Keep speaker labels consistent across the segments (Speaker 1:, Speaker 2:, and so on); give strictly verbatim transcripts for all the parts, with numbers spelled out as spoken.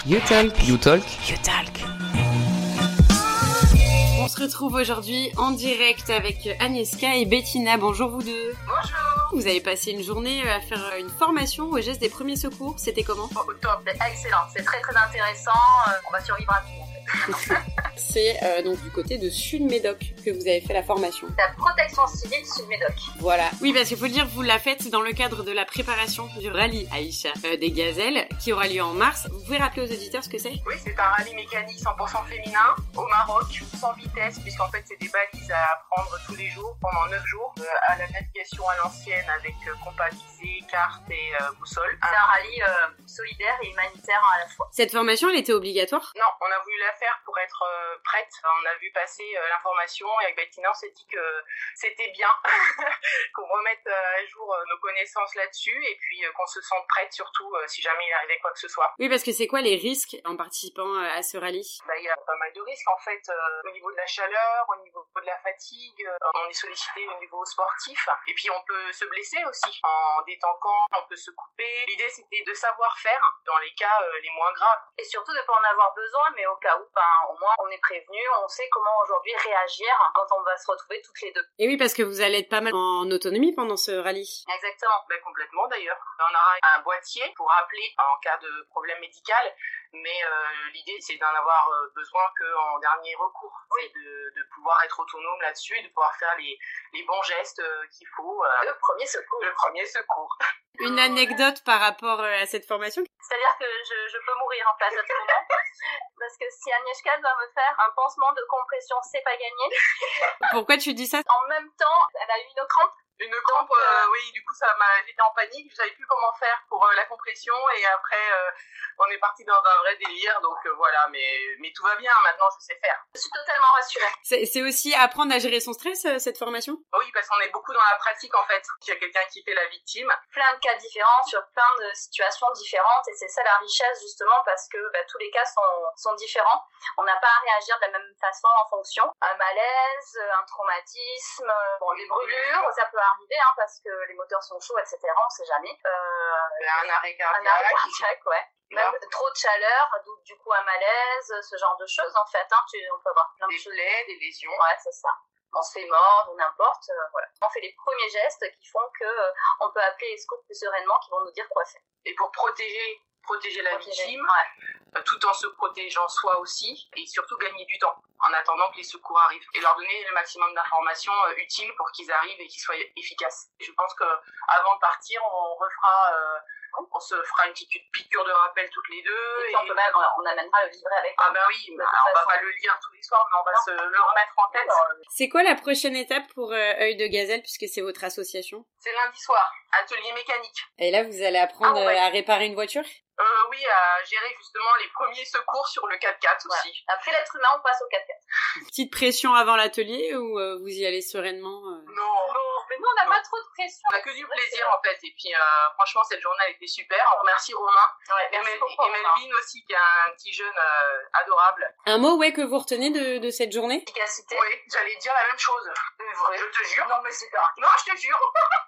Speaker 1: You Talk. You Talk.
Speaker 2: You Talk. On se retrouve aujourd'hui en direct avec Agnieszka et Bettina. Bonjour vous deux.
Speaker 3: Bonjour.
Speaker 2: Vous avez passé une journée à faire une formation au geste des premiers secours. C'était comment ?
Speaker 3: Oh, top, excellent. C'est très très intéressant. Euh, on va survivre à tout en fait.
Speaker 2: C'est euh, donc du côté de Sud-Médoc que vous avez fait la formation.
Speaker 3: La protection civile Sud-Médoc.
Speaker 2: Voilà. Oui, parce qu'il faut le dire, vous la faites dans le cadre de la préparation du rallye Aïcha euh, des Gazelles qui aura lieu en mars. Vous pouvez rappeler aux auditeurs ce que c'est ?
Speaker 4: Oui, c'est un rallye mécanique cent pour cent féminin au Maroc, sans vitesse, puisqu'en fait c'est des balises à apprendre tous les jours pendant neuf jours, euh, à la navigation à l'ancienne avec euh, compas visé, carte et euh, boussole.
Speaker 3: C'est un rallye euh, solidaire et humanitaire à la fois.
Speaker 2: Cette formation, elle était obligatoire ?
Speaker 4: Non, on a voulu la faire pour être euh, prête. On a vu passer euh, l'information et avec Bettina on s'est dit que c'était bien qu'on remette euh, à jour euh, nos connaissances là-dessus et puis euh, qu'on se sente prête surtout euh, si jamais il arrivait quoi que ce soit.
Speaker 2: Oui, parce que c'est quoi les risques en participant à ce rallye ?
Speaker 4: Bah, il y a pas mal de risques en fait euh, au niveau de la chaleur, au niveau de la fatigue, euh, on est sollicité au niveau sportif et puis on peut se blesser aussi en détanquant, on peut se couper. L'idée c'était de savoir faire dans les cas euh, les moins graves.
Speaker 3: Et surtout de ne pas en avoir besoin, mais au cas où, ben, au moins on est prévenu, on sait comment aujourd'hui réagir quand on va se retrouver toutes les deux.
Speaker 2: Et oui, parce que vous allez être pas mal en autonomie pendant ce rallye.
Speaker 4: Exactement, ben, complètement d'ailleurs. On aura un boîtier pour appeler en cas de problème médical, mais euh, l'idée c'est d'en avoir euh, besoin qu'en dernier recours. Oui. C'est de, de pouvoir être autonome là-dessus et de pouvoir faire les, les bons gestes euh, qu'il faut. Euh,
Speaker 3: le premier secours.
Speaker 4: Le premier secours.
Speaker 2: Une anecdote par rapport à cette formation ?
Speaker 3: C'est-à-dire que je, je peux mourir en place à tout moment. Parce que si Agnieszka doit me faire un pansement de compression, c'est pas gagné.
Speaker 2: Pourquoi tu dis ça ?
Speaker 3: En même temps, elle a eu une crampe.
Speaker 4: Une crampe, euh, oui, du coup, ça m'a, j'étais en panique, je savais plus comment faire pour euh, la compression, et après, euh, on est parti dans un vrai délire, donc euh, voilà, mais, mais tout va bien, maintenant, je sais faire.
Speaker 3: Je suis totalement rassurée.
Speaker 2: C'est, c'est aussi apprendre à gérer son stress, euh, cette formation ?
Speaker 4: Oui, parce qu'on est beaucoup dans la pratique, en fait. Il y a quelqu'un qui fait la victime.
Speaker 3: Plein de cas différents, sur plein de situations différentes, et c'est ça la richesse, justement, parce que bah, tous les cas sont, sont différents. On n'a pas à réagir de la même façon en fonction. Un malaise, un traumatisme, bon, les brûlures, ça peut arriver, hein, parce que les moteurs sont chauds, et cetera. On sait jamais.
Speaker 4: Euh, un arrêt cardiaque.
Speaker 3: Un arrêt cardiaque, ouais. Même ouais. Trop de chaleur, donc du coup un malaise, ce genre de choses en fait. Hein, tu, on peut avoir plein
Speaker 4: des
Speaker 3: de choses.
Speaker 4: Des plaies, des lésions.
Speaker 3: Ouais, c'est ça. On se fait mordre ou n'importe. Euh, voilà. On fait les premiers gestes qui font que euh, on peut appeler les secours plus sereinement, qui vont nous dire quoi faire.
Speaker 4: Et pour protéger, protéger la protéger. victime,
Speaker 3: ouais.
Speaker 4: euh, tout en se protégeant soi aussi, et surtout gagner du temps en attendant que les secours arrivent et leur donner le maximum d'informations euh, utiles pour qu'ils arrivent et qu'ils soient efficaces. Et je pense que avant de partir, on refera, euh, on se fera une petite piqûre de rappel toutes les deux.
Speaker 3: Et,
Speaker 4: et
Speaker 3: on, peut même, on amènera le livret avec.
Speaker 4: Ah ben oui, bah, on va pas le lire tous les soirs, mais on va non. se le remettre en tête.
Speaker 2: C'est quoi la prochaine étape pour euh, Œil de Gazelle, puisque c'est votre association ?
Speaker 4: C'est lundi soir, atelier mécanique.
Speaker 2: Et là, vous allez apprendre ah, ouais. à réparer une voiture ?
Speaker 4: Euh, oui, à gérer justement les premiers secours sur le quatre-quatre aussi.
Speaker 3: Ouais. Après l'être humain, on passe au quatre-quatre.
Speaker 2: Petite pression avant l'atelier ou euh, vous y allez sereinement euh...
Speaker 4: Non,
Speaker 3: non, mais nous on n'a pas trop de pression.
Speaker 4: On a que du plaisir en fait. Et puis euh, franchement, cette journée a été super. On remercie Romain
Speaker 3: ouais,
Speaker 4: et, Mel- et Melvin aussi, qui est un petit jeune euh, adorable.
Speaker 2: Un mot ouais que vous retenez de, de cette journée ?
Speaker 4: Efficacité. Oui, j'allais dire la même chose. Je te jure.
Speaker 3: Non mais c'est pas.
Speaker 4: Non, je te jure.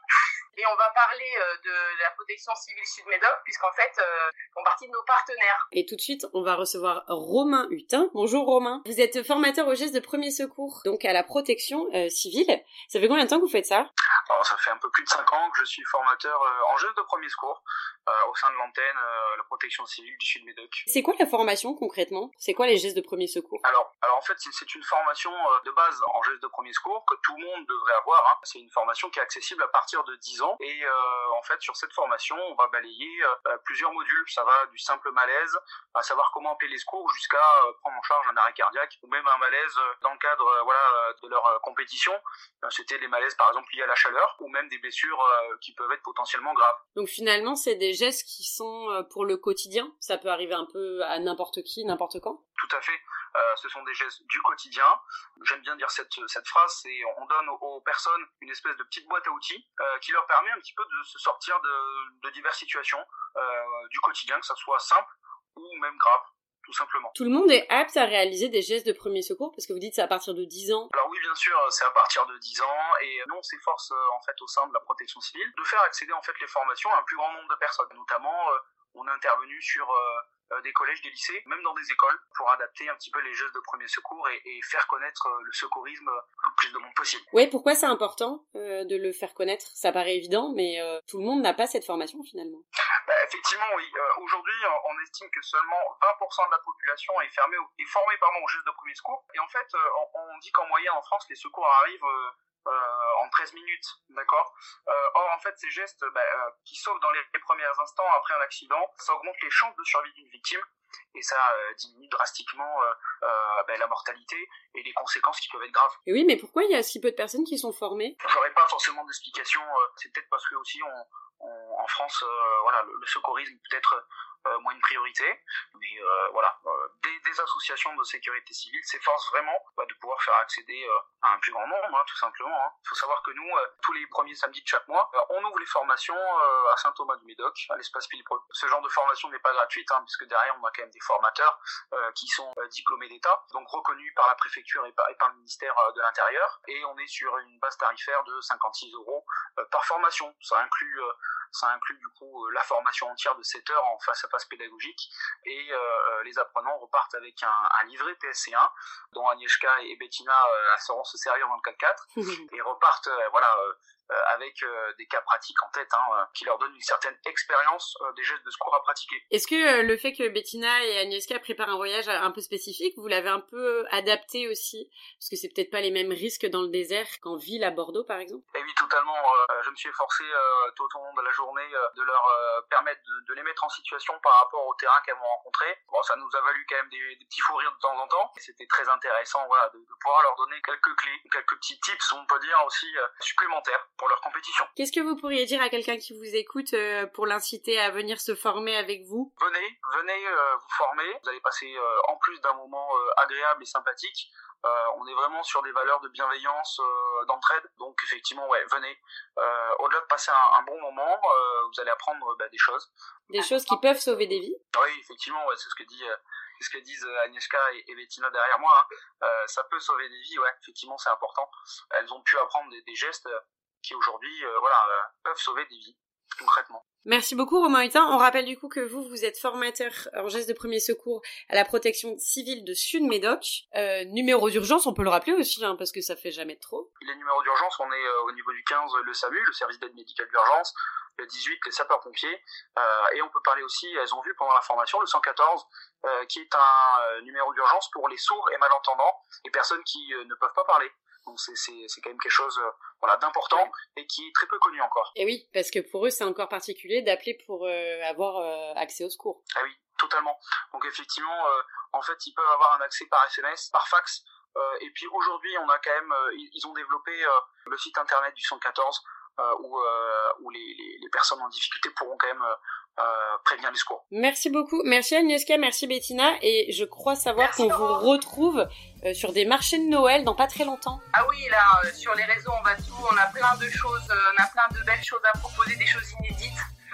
Speaker 4: Et on va parler euh, de la protection civile Sud-Médoc, puisqu'en fait, euh, ils font partie de nos partenaires.
Speaker 2: Et tout de suite, on va recevoir Romain Hutin. Bonjour Romain. Vous êtes formateur au geste de premier secours, donc à la protection euh, civile. Ça fait combien de temps que vous faites ça ?
Speaker 5: Alors, ça fait un peu plus de cinq ans que je suis formateur euh, en geste de premier secours euh, au sein de l'antenne euh, la protection civile du Sud-Médoc.
Speaker 2: C'est quoi la formation concrètement ? C'est quoi les gestes de premier secours ?
Speaker 5: Alors, alors en fait, c'est, c'est une formation euh, de base en geste de premier secours que tout le monde devrait avoir. Hein. C'est une formation qui est accessible à partir de dix ans. Et euh, en fait, sur cette formation, on va balayer euh, plusieurs modules. Ça va du simple malaise, à savoir comment appeler les secours, jusqu'à euh, prendre en charge un arrêt cardiaque ou même un malaise euh, dans le cadre euh, voilà, de leur euh, compétition. Euh, c'était les malaises, par exemple, liés à la chaleur ou même des blessures euh, qui peuvent être potentiellement graves.
Speaker 2: Donc finalement, c'est des gestes qui sont euh, pour le quotidien. Ça peut arriver un peu à n'importe qui, n'importe quand.
Speaker 5: Tout à fait. Euh, ce sont des gestes du quotidien. J'aime bien dire cette, cette phrase, c'est on donne aux, aux personnes une espèce de petite boîte à outils euh, qui leur permet un petit peu de se sortir de, de diverses situations euh, du quotidien, que ça soit simple ou même grave, tout simplement.
Speaker 2: Tout le monde est apte à réaliser des gestes de premier secours, parce que vous dites c'est à partir de dix ans.
Speaker 5: Alors oui, bien sûr, c'est à partir de dix ans, et nous on s'efforce euh, en fait au sein de la protection civile de faire accéder en fait les formations à un plus grand nombre de personnes. Notamment, euh, on est intervenu sur euh, euh, des collèges, des lycées, même dans des écoles, pour adapter un petit peu les gestes de premier secours et, et faire connaître euh, le secourisme le plus de monde possible.
Speaker 2: Oui, pourquoi c'est important euh, de le faire connaître? Ça paraît évident, mais euh, tout le monde n'a pas cette formation finalement.
Speaker 5: Bah, effectivement, oui. Euh, aujourd'hui, on estime que seulement vingt pour cent de la population est, fermée, est formée pardon, aux gestes de premier secours. Et en fait, euh, on, on dit qu'en moyenne en France, les secours arrivent euh, euh, en treize minutes, d'accord. Euh, or, en fait, ces gestes bah, euh, qui sauvent dans les, les premiers instants après un accident, ça augmente les chances de survie d'une victime. Et ça euh, diminue drastiquement euh, euh, bah, la mortalité et les conséquences qui peuvent être graves.
Speaker 2: Et oui, mais pourquoi il y a si peu de personnes qui sont formées?
Speaker 5: J'aurais pas forcément d'explication. Euh, c'est peut-être parce que aussi on, on, en France, euh, voilà, le, le secourisme peut être euh, moins une priorité. Mais euh, voilà, euh, des, des associations de sécurité civile s'efforcent vraiment bah, de pouvoir faire accéder euh, à un plus grand nombre, hein, tout simplement. Il hein. faut savoir que nous, euh, tous les premiers samedis de chaque mois, euh, on ouvre les formations euh, à Saint-Thomas-du-Médoc, à l'espace Philippe-Roth. Ce genre de formation n'est pas gratuite, hein, puisque derrière on a quand même des formateurs euh, qui sont euh, diplômés d'État, donc reconnus par la préfecture et par, et par le ministère euh, de l'Intérieur, et on est sur une base tarifaire de cinquante-six euros euh, par formation. Ça inclut euh, ça inclut du coup euh, la formation entière de sept heures en face à face pédagogique, et euh, les apprenants repartent avec un, un livret P S C un dont Agnieszka et Bettina euh, sauront se servir dans le quatre-quatre et repartent euh, voilà euh, avec euh, des cas pratiques en tête hein, euh, qui leur donnent une certaine expérience euh, des gestes de secours à pratiquer.
Speaker 2: Est-ce que euh, le fait que Bettina et Agnieszka préparent un voyage un peu spécifique, vous l'avez un peu adapté aussi? Parce que c'est peut-être pas les mêmes risques dans le désert qu'en ville à Bordeaux par exemple.
Speaker 5: Et oui, totalement. Euh, je me suis efforcé euh, tout au long de la journée euh, de leur euh, permettre de, de les mettre en situation par rapport au terrain qu'elles vont rencontrer. Bon, ça nous a valu quand même des, des petits fous rires de temps en temps. Et c'était très intéressant voilà, de, de pouvoir leur donner quelques clés, quelques petits tips, on peut dire aussi euh, supplémentaires pour leur compétition.
Speaker 2: Qu'est-ce que vous pourriez dire à quelqu'un qui vous écoute euh, pour l'inciter à venir se former avec vous?
Speaker 5: Venez, venez euh, vous former. Vous allez passer euh, en plus d'un moment euh, agréable et sympathique. Euh, on est vraiment sur des valeurs de bienveillance, euh, d'entraide. Donc effectivement, ouais, venez. Euh, au-delà de passer un, un bon moment, euh, vous allez apprendre bah, des choses.
Speaker 2: Des choses qui peuvent sauver des vies?
Speaker 5: Oui, effectivement, ouais, c'est ce que dit... Euh, c'est ce que disent Agnieszka et, et Bettina derrière moi. Hein. Euh, ça peut sauver des vies, ouais. Effectivement, c'est important. Elles ont pu apprendre des, des gestes qui aujourd'hui, euh, voilà, euh, peuvent sauver des vies, concrètement.
Speaker 2: Merci beaucoup Romain Hutin. On rappelle du coup que vous, vous êtes formateur en gestes de premier secours à la protection civile de Sud-Médoc. Euh, numéro d'urgence, on peut le rappeler aussi, hein, parce que ça fait jamais trop.
Speaker 5: Les numéros d'urgence, on est euh, au niveau du quinze, le S A M U, le service d'aide médicale d'urgence, le dix-huit, les sapeurs-pompiers, euh, et on peut parler aussi, elles ont vu pendant la formation, le cent quatorze, euh, qui est un euh, numéro d'urgence pour les sourds et malentendants, les personnes qui euh, ne peuvent pas parler. Donc c'est, c'est, c'est quand même quelque chose euh, voilà, d'important ouais. et qui est très peu connu encore.
Speaker 2: Et oui, parce que pour eux, c'est encore particulier d'appeler pour euh, avoir euh, accès au secours.
Speaker 5: Ah oui, totalement. Donc effectivement, euh, en fait, ils peuvent avoir un accès par S M S, par fax. Euh, et puis aujourd'hui, on a quand même, euh, ils ont développé euh, le site internet du cent quatorze euh, où, euh, où les, les, les personnes en difficulté pourront quand même... Euh, Euh, prévenir les secours.
Speaker 2: Merci beaucoup. Merci Agnieszka, merci Bettina. Et je crois savoir merci qu'on vous retrouve euh, sur des marchés de Noël dans pas très longtemps.
Speaker 4: Ah oui, là, euh, sur les réseaux, on va tout. On a plein de choses, euh, on a plein de belles choses à proposer, des choses inédites.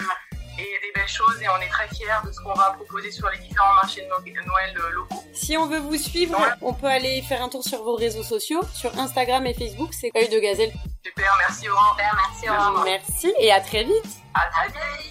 Speaker 4: Et des belles choses, et on est très fiers de ce qu'on va proposer sur les différents marchés de Noël locaux.
Speaker 2: Si on veut vous suivre, ouais. on peut aller faire un tour sur vos réseaux sociaux, sur Instagram et Facebook, c'est Œil de Gazelle.
Speaker 4: Super, merci Oran.
Speaker 3: Super, merci Oran.
Speaker 2: Merci, et à très vite.
Speaker 4: À très vite.